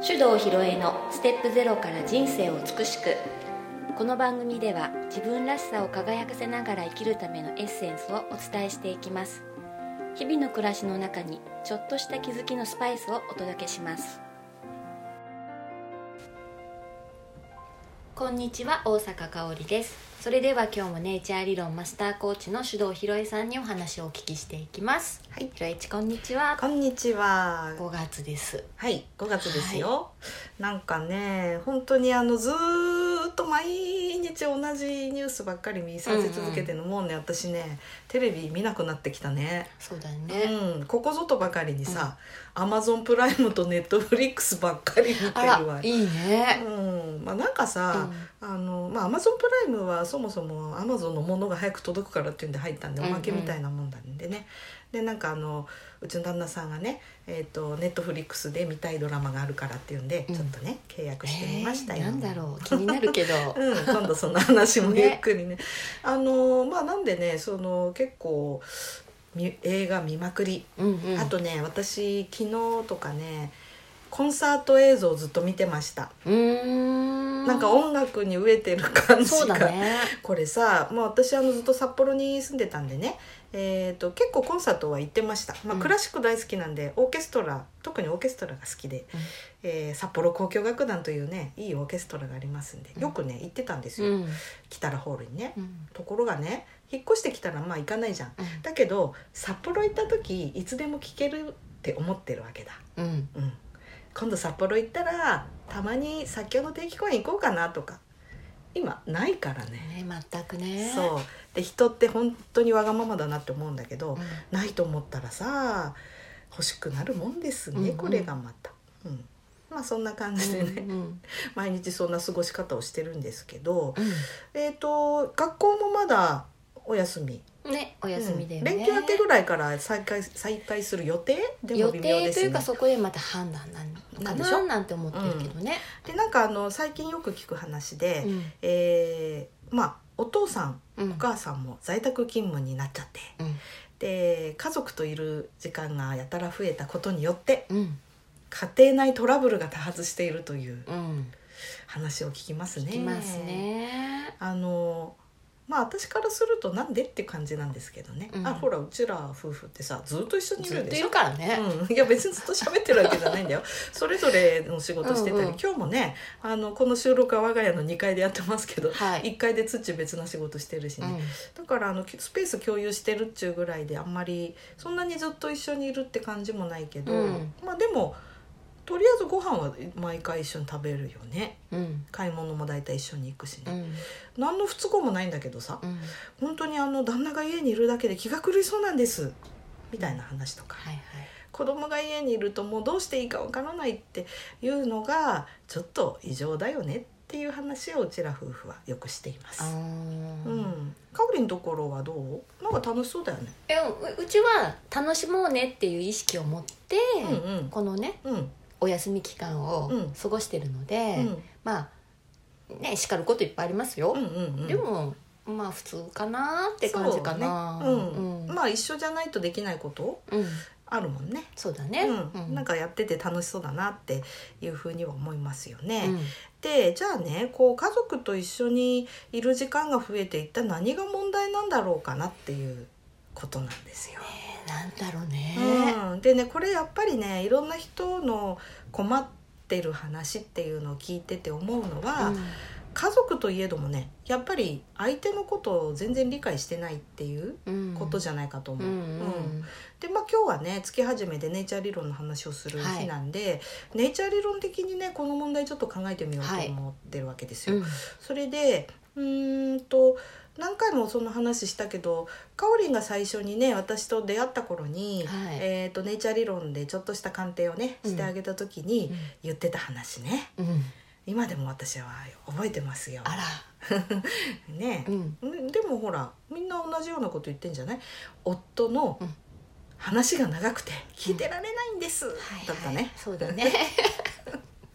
手動ひろえのステップゼロから人生を美しく。この番組では自分らしさを輝かせながら生きるためのエッセンスをお伝えしていきます。日々の暮らしの中にちょっとした気づきのスパイスをお届けします。こんにちは、大阪香織です。それでは今日もネイチャー理論マスターコーチの手動ひろえさんにお話をお聞きしていきます。はい、ひろえちこんにちは。 こんにちは。 5月です。 はい、5月ですよ。なんかね、本当にずーっと毎日同じニュースばっかり見させ続けてるの、もうね、私ね、テレビ見なくなってきたね。 そうだね。 ここぞとばかりにさ、Amazon プライムと Netflix ばっかり見てるわ。 いいね。 なんかさ、Amazon プライムはそもそも Amazon のものが早く届くからっていうんで入ったんで、おまけみたいなもんなんでね。でなんかうちの旦那さんがね、Netflix で見たいドラマがあるからっていうんで、ちょっとね契約してみましたよ。 なんだろう、気になるけど、 今度その話もゆっくりね。なんでね、結構映画見まくり、あとね、私昨日とかねコンサート映像をずっと見てました。なんか音楽に飢えてる感じが。 そうだね。 これさ、私ずっと札幌に住んでたんでね、結構コンサートは行ってました。クラシック大好きなんで、オーケストラ、特にオーケストラが好きで、札幌交響楽団というねいいオーケストラがありますんで、よくね行ってたんですよ、北らホールにね。ところがね、引っ越してきたら行かないじゃん、だけど札幌行った時いつでも聴けるって思ってるわけだ。今度札幌行ったらたまに作曲の定期公演行こうかなとか、今ないからね。 全くね。 そうで、人って本当にわがままだなって思うんだけど、ないと思ったらさ欲しくなるもんですね、これがまた。そんな感じでね、毎日そんな過ごし方をしてるんですけど、学校もまだお休みね、お休みだよね。 連休明けぐらいから再開する予定でも微妙ですね。 予定というか、そこでまた判断なのかななんて思ってるけどね。 でなんか最近よく聞く話で、お父さん、お母さんも在宅勤務になっちゃって、で家族といる時間がやたら増えたことによって、家庭内トラブルが多発しているという話を聞きますね。 聞きますね。 私からするとなんでって感じなんですけどね、ほらうちら夫婦ってさずっと一緒にいるでしょ。 ずっといるからね、 いや別にずっと喋ってるわけじゃないんだよそれぞれの仕事してたり、今日もねこの収録は我が家の2階でやってますけど、1階で土別な仕事してるしね、だからスペース共有してるっちゅうぐらいで、あんまりそんなにずっと一緒にいるって感じもないけど、でもとりあえずご飯は毎回一緒に食べるよね、買い物も大体一緒に行くしね、何の不都合もないんだけどさ、本当に旦那が家にいるだけで気が狂いそうなんですみたいな話とか、子供が家にいるともうどうしていいかわからないっていうのがちょっと異常だよねっていう話をうちら夫婦はよくしています。かおりんところはどう？なんか楽しそうだよね。 うちは楽しもうねっていう意識を持って、このね、お休み期間を過ごしてるので、叱ることいっぱいありますよ、でも普通かなって感じかな。 一緒じゃないとできないこと、あるもんね。 そうだね、 なんかやってて楽しそうだなっていうふうには思いますよね、でじゃあね、家族と一緒にいる時間が増えて一体何が問題なんだろうかなっていうことなんですよ。 なんだろうね、 でね、これやっぱりね、いろんな人の困ってる話っていうのを聞いてて思うのは、家族といえどもね、やっぱり相手のことを全然理解してないっていうことじゃないかと思う。で今日はね、月始めでネイチャー理論の話をする日なんで、ネイチャー理論的にねこの問題ちょっと考えてみようと思ってるわけですよ。それで何回もその話したけど、かおりんが最初にね私と出会った頃に、ネイチャー理論でちょっとした鑑定をねしてあげた時に言ってた話ね、今でも私は覚えてますよ。 あらね、でもほらみんな同じようなこと言ってんじゃない？夫の話が長くて聞いてられないんです、だったね。 そうだね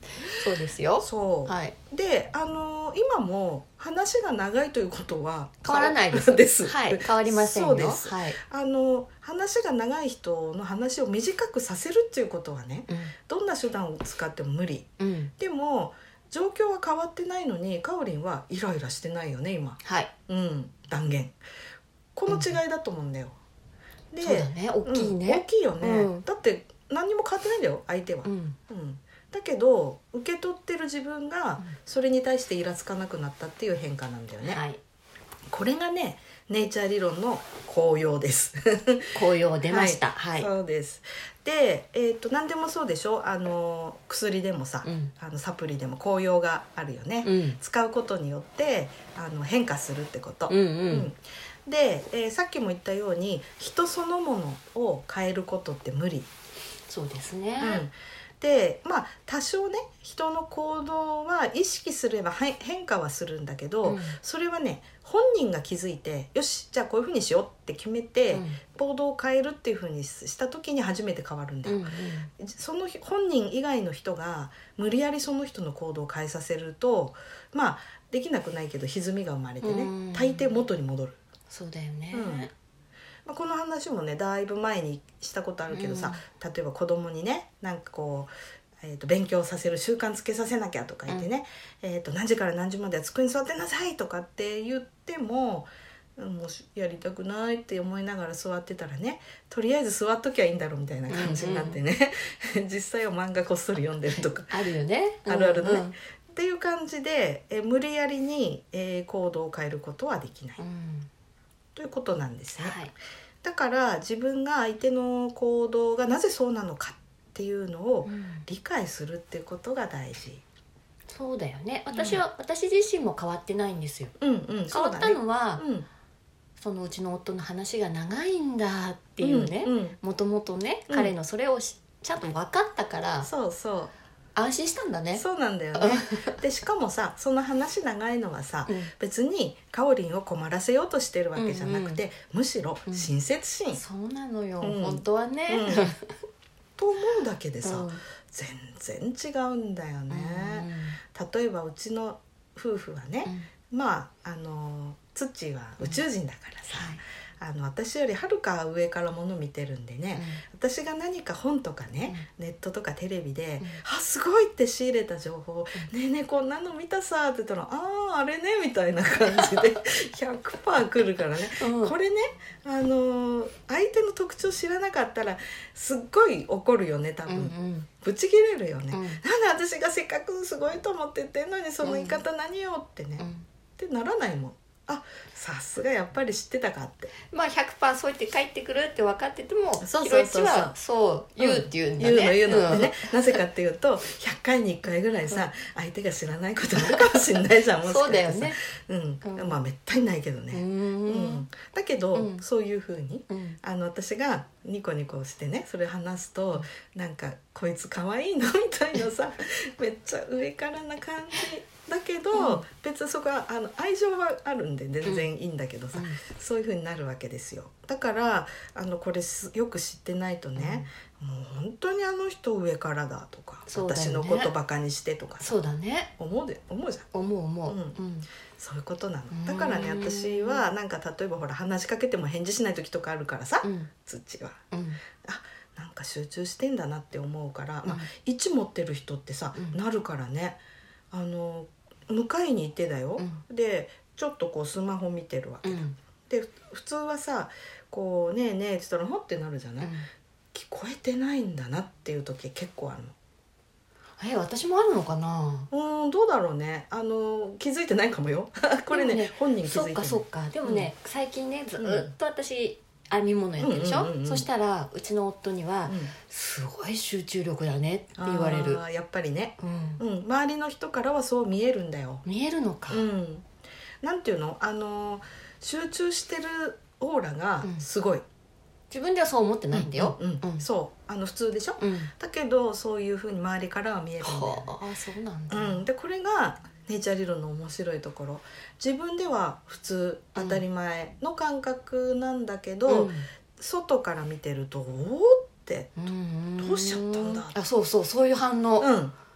そうですよ。 そう、はい、で今も話が長いということは変わらないですです、 はい、変わりませんよ。 そうです、 はい、 話が長い人の話を短くさせるっていうことはね、どんな手段を使っても無理、でも状況は変わってないのにかおりんはイライラしてないよね今。 はい、 断言。この違いだと思うんだよ。で、 そうだね、大きいね、 大きいよね、だって何にも変わってないんだよ相手は、だけど受け取ってる自分がそれに対してイラつかなくなったっていう変化なんだよね、はい、これがねネイチャー理論の効用です効用出ました、 はい、そうです。で、何でもそうでしょ、薬でもさ、サプリでも効用があるよね、使うことによって変化するってこと、で、さっきも言ったように人そのものを変えることって無理。 そうですね、 で多少ね人の行動は意識すれば変化はするんだけど、それはね本人が気づいてよしじゃあこういうふうにしようって決めて、行動を変えるっていうふうにした時に初めて変わるんだよ、その本人以外の人が無理やりその人の行動を変えさせるとできなくないけど歪みが生まれてね、大抵元に戻る。 そうだよね、 この話もねだいぶ前にしたことあるけどさ、例えば子供にねなんかこう、勉強させる習慣つけさせなきゃとか言ってね、何時から何時までは机に座ってなさいとかって言ってももうやりたくないって思いながら座ってたらね、とりあえず座っときゃいいんだろうみたいな感じになってね、実際は漫画こっそり読んでるとかあるよね、 あるあるね、っていう感じで、無理やりに、行動を変えることはできない、ということなんですね、だから自分が相手の行動がなぜそうなのかっていうのを理解するっていうことが大事、 そうだよね。私自身も変わってないんですよ、変わったのは、そのうちの夫の話が長いんだっていうね、もともとね、彼のそれをちゃんと分かったから、 そうそう安心したんだね。 そうなんだよねでしかもさその話長いのはさ、別にかおりんを困らせようとしてるわけじゃなくて、むしろ親切心、 そうなのよ、本当はね、 と思うだけでさ、全然違うんだよね、例えばうちの夫婦はね、ツッチーは宇宙人だからさ、私よりはるか上からもの見てるんでね、私が何か本とかね、ネットとかテレビで、すごいって仕入れた情報を、ねえねえこんなの見たさって言ったら、あれねみたいな感じで100% 来るからね、これね相手の特徴知らなかったらすっごい怒るよね多分、ぶち切れるよね、なんで私がせっかくすごいと思って言ってんのにその言い方何よってね、ってならないもん。さすがやっぱり知ってたかって、 100% そう言って帰ってくるって分かってても、ひろいちはそう言うって言うんだね、 言うのってね、なぜかっていうと100回に1回ぐらいさ、相手が知らないことあるかもしれないじゃん、もしかしてさ、めったにないけどね、だけど、そういう風に、私がニコニコしてねそれ話すと、なんかこいつ可愛いのみたいなさめっちゃ上からな感じだけど、別にそこは愛情はあるんで全然いいんだけどさ、そういう風になるわけですよ。だからこれよく知ってないとね、もう本当にあの人上からだとか、私のことバカにしてとかさ、 そうだね、 思うじゃん、 思う、 そういうことなの。だからね私はなんか例えばほら話しかけても返事しない時とかあるからさ、土は、なんか集中してんだなって思うから、位置持ってる人ってさ、なるからね、迎えに行ってだよ、でちょっとこうスマホ見てるわけだ、で普通はさこうねえねえって言ったらほってなるじゃない、聞こえてないんだなっていう時結構あるの。私もあるのかな。 どうだろうね、気づいてないかもよこれ ね本人気づいてない。 そうかでもね、最近ねずっと私編み物やってるでしょ、そしたらうちの夫には、すごい集中力だねって言われる。 やっぱりね、周りの人からはそう見えるんだよ。 見えるのか、 なんていうの、集中してるオーラがすごい、 自分ではそう思ってないんだよ、 そう普通でしょ、だけどそういう風に周りからは見えるんだよね。 そうなんだ、 でこれがネイチャー理論の面白いところ、自分では普通当たり前の感覚なんだけど、外から見てるとおーってどうしちゃったんだ、 そういう反応、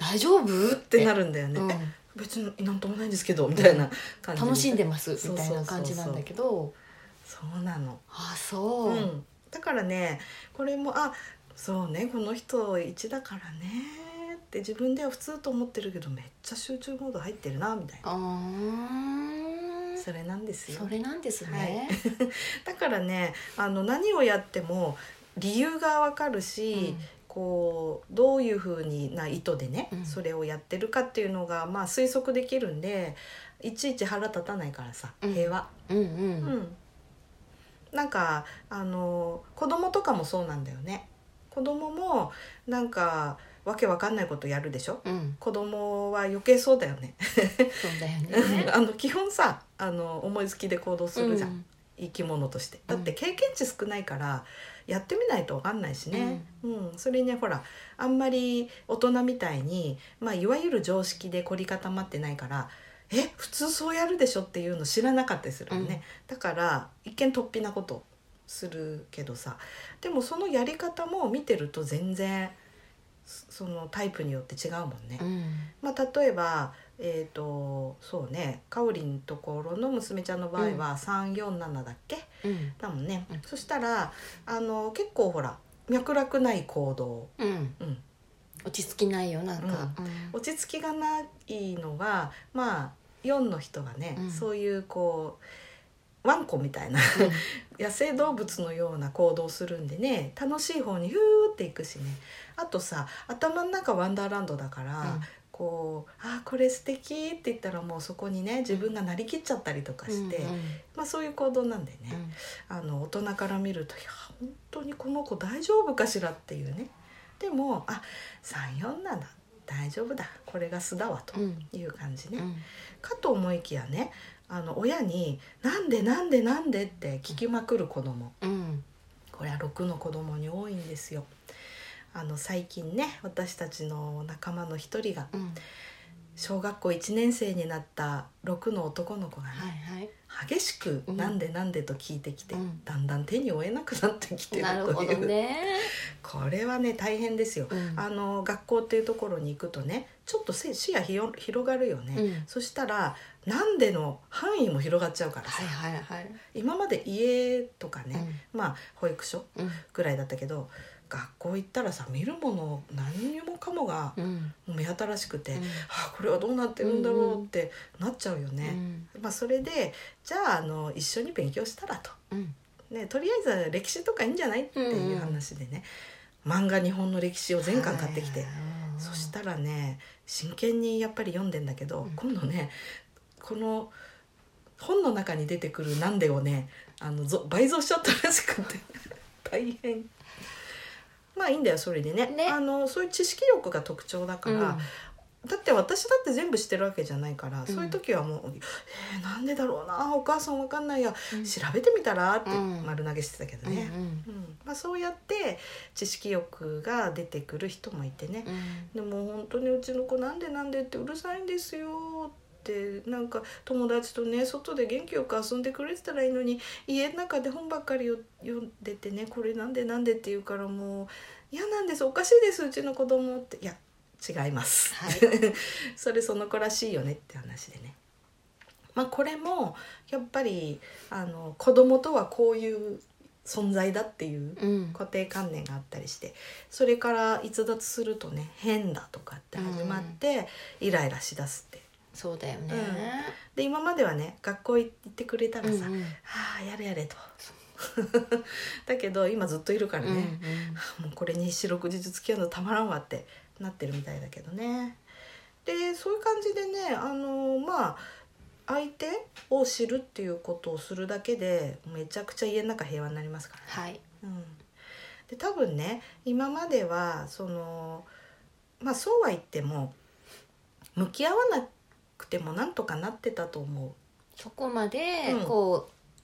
大丈夫ってなるんだよね、別に何ともないんですけどみたいな感じ、 楽しんでますみたいな感じなんだけど、 そうなの。 そう、 だからねこれもそうねこの人1だからねって自分では普通と思ってるけどめっちゃ集中モード入ってるなみたいな、それなんですよ。 それなんですね、 だからね何をやっても理由がわかるし、こうどういう風な意図でね、それをやってるかっていうのが推測できるんでいちいち腹立たないからさ、平和。なんか子供とかもそうなんだよね。子供もなんかわけわかんないことやるでしょ、子供は余計そうだよね。 そうだよね。 基本さ思いつきで行動するじゃん、生き物として。だって経験値少ないからやってみないと分かんないしね、それにほらあんまり大人みたいに、いわゆる常識で凝り固まってないから普通そうやるでしょっていうの知らなかったりするよね、だから一見突飛なことするけどさ、でもそのやり方も見てると全然そのタイプによって違うもんね、例えばそうねかおりんところの娘ちゃんの場合は347だっけ、だもんね、そしたら結構ほら脈絡ない行動、 落ち着きないよなんか、 落ち着きがないのは4の人がね、そういうこうワンコみたいな野生動物のような行動をするんでね、楽しい方にヒューっていくしね。あとさ頭の中ワンダーランドだから、こうこれ素敵って言ったらもうそこにね自分がなりきっちゃったりとかして、そういう行動なんでね、大人から見ると本当にこの子大丈夫かしらっていうね。でも347大丈夫だこれが素だわという感じね、かと思いきやね親になんでって聞きまくる子供、これは6の子供に多いんですよ。最近ね私たちの仲間の一人が、小学校1年生になった6の男の子がね、激しくなんでと聞いてきて、だんだん手に負えなくなってきてるという。なるほどね。これはね大変ですよ、学校っていうところに行くとねちょっと視野広がるよね、そしたらなんでの範囲も広がっちゃうからさ、今まで家とかね、保育所ぐらいだったけど、学校行ったらさ見るもの何にもかもが目新しくて、これはどうなってるんだろうってなっちゃうよね、それでじゃあ一緒に勉強したらと、とりあえず歴史とかいいんじゃないっていう話でね、漫画日本の歴史を全巻買ってきて、そしたらね真剣にやっぱり読んでんだけど、今度ねこの本の中に出てくるなんでをね倍増しちゃったらしくて大変。いいんだよそれでね、そういう知識力が特徴だから、だって私だって全部知ってるわけじゃないから、そういう時はもうなんでだろうなお母さんわかんないや、調べてみたらって丸投げしてたけどね、そうやって知識欲が出てくる人もいてね、でも本当にうちの子なんでってうるさいんですよってなんか友達とね外で元気よく遊んでくれてたらいいのに家の中で本ばっかり読んでてね、これなんでって言うからもう嫌なんです、おかしいですうちの子供って。いや違います、それその子らしいよねって話でね、これもやっぱり子供とはこういう存在だっていう固定観念があったりして、それから逸脱するとね変だとかって始まってイライラしだすって。 そうだよね、 で今まではね学校行ってくれたらさ、やれとだけど今ずっといるからね、もうこれに四六時中付き合うのたまらんわってなってるみたいだけどね。でそういう感じでね相手を知るっていうことをするだけでめちゃくちゃ家の中平和になりますからね、で多分ね今まではそうは言っても向き合わなくてもなんとかなってたと思う。 そこまでこ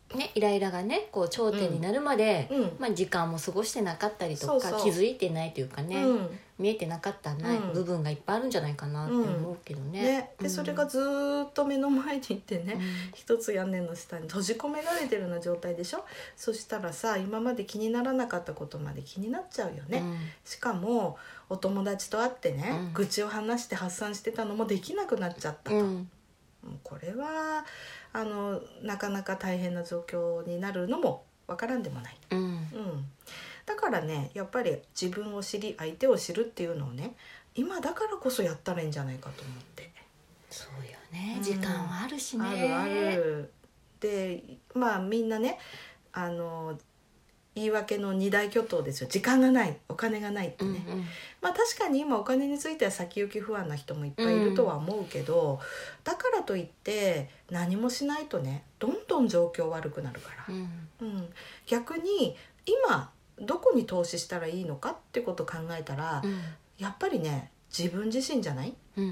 ね、イライラがねこう頂点になるまで、時間も過ごしてなかったりとか気づいてないというかね、見えてなかった部分がいっぱいあるんじゃないかなって思うけどね。 でそれがずっと目の前にいてね、一つ屋根の下に閉じ込められてるような状態でしょ。そしたらさ、今まで気にならなかったことまで気になっちゃうよね。しかもお友達と会ってね、愚痴を話して発散してたのもできなくなっちゃったと。これはなかなか大変な状況になるのもわからんでもない、だからね、やっぱり自分を知り相手を知るっていうのをね、今だからこそやったらいいんじゃないかと思って。 そうよね、時間はあるしね。 ある。でみんなね言い訳の二大巨頭ですよ。時間がない、お金がないってね、確かに今お金については先行き不安な人もいっぱいいるとは思うけど、だからといって何もしないとね、どんどん状況悪くなるから、逆に今どこに投資したらいいのかってことを考えたら、やっぱりね自分自身じゃない？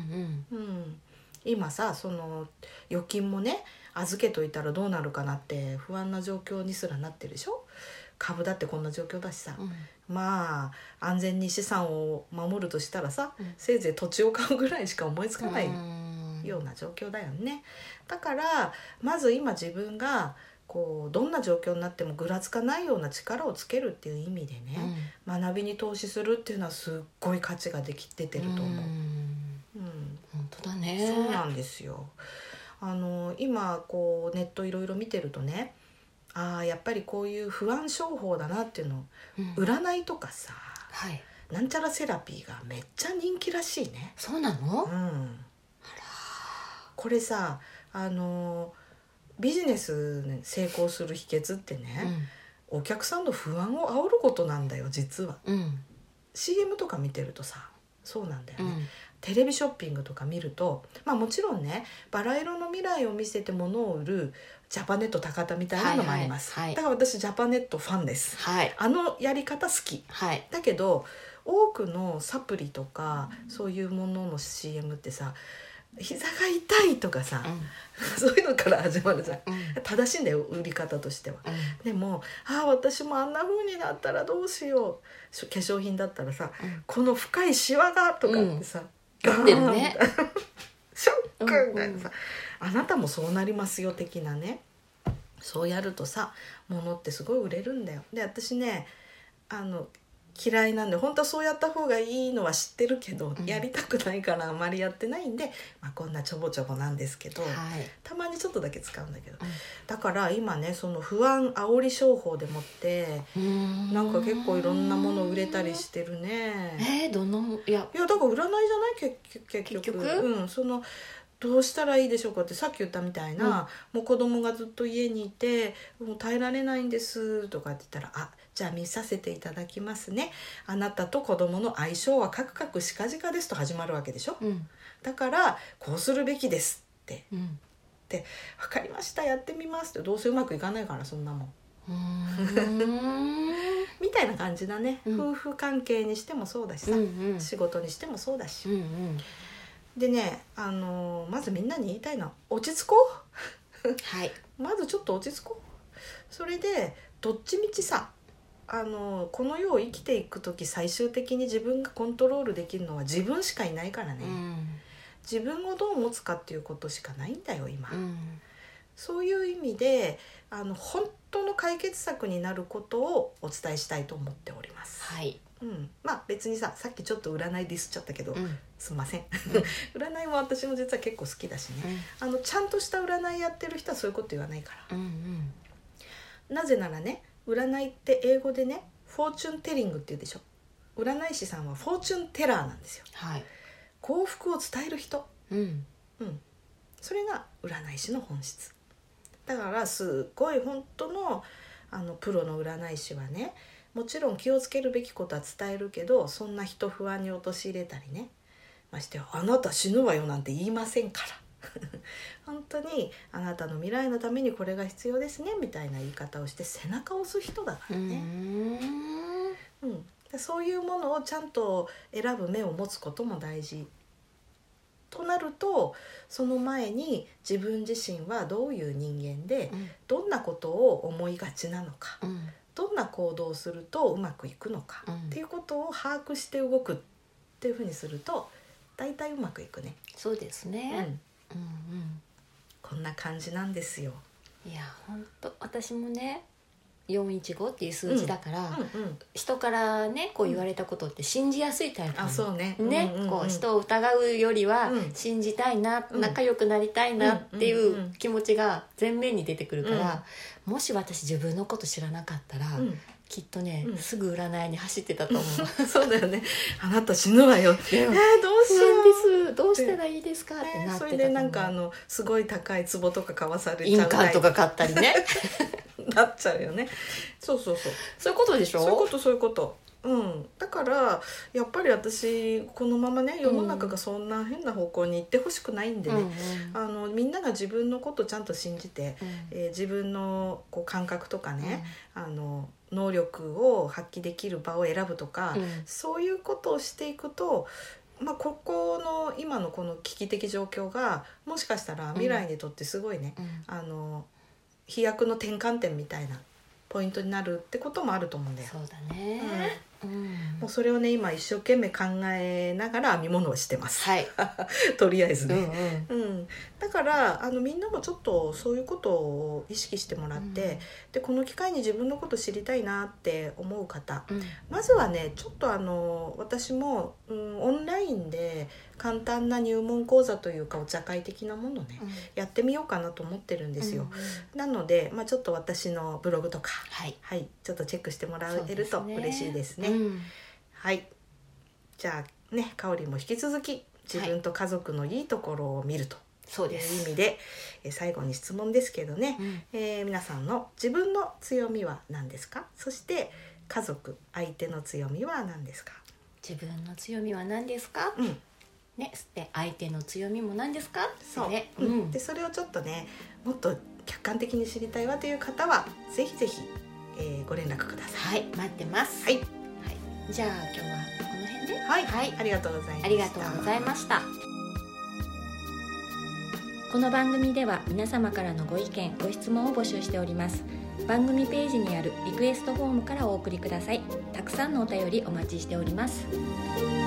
今さ、その預金もね預けといたらどうなるかなって不安な状況にすらなってるでしょ。株だってこんな状況だしさ、安全に資産を守るとしたらさ、せいぜい土地を買うぐらいしか思いつかないような状況だよね。だからまず今自分がこうどんな状況になってもぐらつかないような力をつけるっていう意味でね、学びに投資するっていうのはすっごい価値が出てると思う。 本当だね。 そうなんですよ。今こうネットいろいろ見てるとね、やっぱりこういう不安商法だなっていうの、占いとかさ、なんちゃらセラピーがめっちゃ人気らしいね。 そうなの？ これさビジネス成功する秘訣ってね、お客さんの不安を煽ることなんだよ実は、CM とか見てるとさそうなんだよね、テレビショッピングとか見ると、もちろんねバラ色の未来を見せて物を売るジャパネット高田みたいなのもあります、だから私ジャパネットファンです、やり方好き、だけど多くのサプリとかそういうものの CM ってさ、膝が痛いとかさ、そういうのから始まるじゃん、正しいんだよ売り方としては、でも私もあんな風になったらどうしよう、化粧品だったらさ、この深いシワがとかってさ、 ガーンってねショックみたいなさ、あなたもそうなりますよ的なね、そうやるとさ物ってすごい売れるんだよ。で私ね嫌いなんで、本当はそうやった方がいいのは知ってるけど、やりたくないからあまりやってないんで、こんなちょぼちょぼなんですけど、たまにちょっとだけ使うんだけど、だから今ねその不安煽り商法でもってなんか結構いろんなもの売れたりしてるね。 どんなもいやだから占いじゃない結局、そのどうしたらいいでしょうかってさっき言ったみたいな、もう子供がずっと家にいてもう耐えられないんですとかって言ったら、じゃあ見させていただきますね、あなたと子供の相性はカクカクしかじかですと始まるわけでしょ、だからこうするべきですって、で分かりましたやってみますって、どうせうまくいかないからそんなもんみたいな感じだね、夫婦関係にしてもそうだしさ、仕事にしてもそうだし、でね、まずみんなに言いたいのは落ち着こうまずちょっと落ち着こう。それでどっちみちさこの世を生きていく時最終的に自分がコントロールできるのは自分しかいないからね、自分をどう持つかっていうことしかないんだよ今、そういう意味で本当の解決策になることをお伝えしたいと思っております。別にさっきちょっと占いディスっちゃったけど、すいません占いも私も実は結構好きだしね、ちゃんとした占いやってる人はそういうこと言わないから、なぜならね、占いって英語でねフォーチュンテリングって言うでしょ。占い師さんはフォーチュンテラーなんですよ、幸福を伝える人、それが占い師の本質だから、すっごい本当のプロの占い師はね、もちろん気をつけるべきことは伝えるけど、そんな人不安に陥れたりね、ましてあなた死ぬわよなんて言いませんから本当にあなたの未来のためにこれが必要ですねみたいな言い方をして背中を押す人だからね、そういうものをちゃんと選ぶ目を持つことも大事となるとその前に自分自身はどういう人間で、どんなことを思いがちなのか、どんな行動をするとうまくいくのか、っていうことを把握して動くっていうふうにすると大体うまくいくね。 そうですね、 こんな感じなんですよ。 いや本当私もね415っていう数字だから、人からねこう言われたことって信じやすいタイプ、 そうね、 こう人を疑うよりは信じたいな、仲良くなりたいなっていう気持ちが前面に出てくるから、もし私自分のこと知らなかったら、きっとね、すぐ占いに走ってたと思う。 そうだよね。あなた死ぬわよ。どうしよう。どうしたらいいですかってなってたと思う。 それでなんかすごい高い壺とか買わされちゃう。 印鑑とか買ったりね。 なっちゃうよね。そういうことでしょ。 そういうこと。だからやっぱり私このままね世の中がそんな変な方向に行ってほしくないんでね、みんなが自分のことちゃんと信じて、自分のこう感覚とかね、能力を発揮できる場を選ぶとか、そういうことをしていくと、ここの今のこの危機的状況がもしかしたら未来にとってすごいね、飛躍の転換点みたいなポイントになるってこともあると思うんだよ。 そうだね、 もうそれをね今一生懸命考えながら編み物をしてます、とりあえずね、だからみんなもちょっとそういうことを意識してもらって、でこの機会に自分のこと知りたいなって思う方、まずはねちょっと私も、オンラインで簡単な入門講座というかお茶会的なものね、やってみようかなと思ってるんですよ、なので、ちょっと私のブログとか、ちょっとチェックしてもらえると嬉しいですね。じゃあね、かおりも引き続き自分と家族のいいところを見るという意味で、最後に質問ですけどね、皆さんの自分の強みは何ですか？そして家族、相手の強みは何ですか？ 自分の強みは何ですか？で相手の強みも何ですか？ そう、でそれをちょっとねもっと客観的に知りたいわという方はぜひぜひ、ご連絡ください。 待ってます。じゃあ今日はこの辺で。 ありがとうございました。 ありがとうございました。この番組では皆様からのご意見ご質問を募集しております。番組ページにあるリクエストフォームからお送りください。たくさんのお便りお待ちしております。